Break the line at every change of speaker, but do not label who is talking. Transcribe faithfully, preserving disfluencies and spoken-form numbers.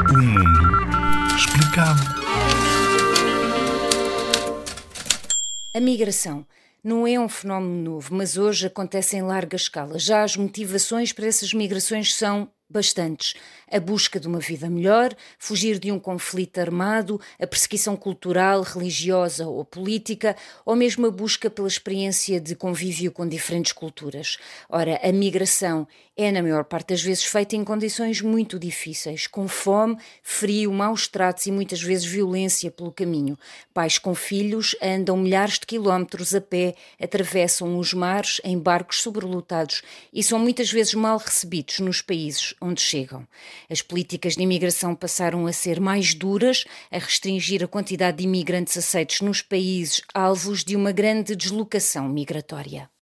O mundo explicado.
A migração não é um fenómeno novo, mas hoje acontece em larga escala. Já as motivações para essas migrações são bastantes. A busca de uma vida melhor, fugir de um conflito armado, a perseguição cultural, religiosa ou política, ou mesmo a busca pela experiência de convívio com diferentes culturas. Ora, a migração é, na maior parte das vezes, feita em condições muito difíceis, com fome, frio, maus tratos e muitas vezes violência pelo caminho. Pais com filhos andam milhares de quilómetros a pé, atravessam os mares em barcos sobrelotados e são muitas vezes mal recebidos nos países onde chegam. As políticas de imigração passaram a ser mais duras, a restringir a quantidade de imigrantes aceitos nos países alvos de uma grande deslocação migratória.